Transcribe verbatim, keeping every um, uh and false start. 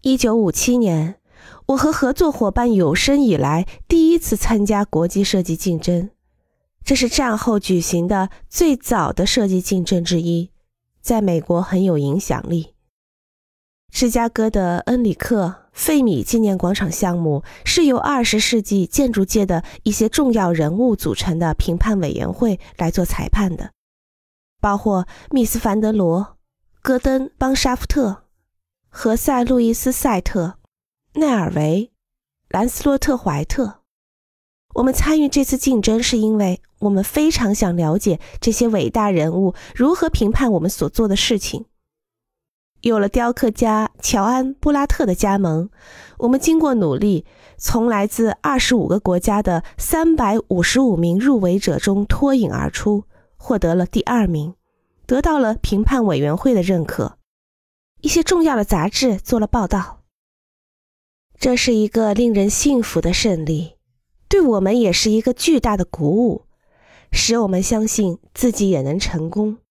一九五七年，我和合作伙伴有生以来第一次参加国际设计竞争，这是战后举行的最早的设计竞争之一，在美国很有影响力。芝加哥的恩里克费米纪念广场项目是由二十世纪建筑界的一些重要人物组成的评判委员会来做裁判的，包括密斯凡德罗、戈登邦沙夫特、何塞路易斯赛特、奈尔维、兰斯洛特怀特。我们参与这次竞争是因为我们非常想了解这些伟大人物如何评判我们所做的事情。有了雕刻家乔安·布拉特的加盟，我们经过努力，从来自二十五个国家的三百五十五名入围者中脱颖而出，获得了第二名，得到了评判委员会的认可。一些重要的杂志做了报道。这是一个令人信服的胜利，对我们也是一个巨大的鼓舞，使我们相信自己也能成功。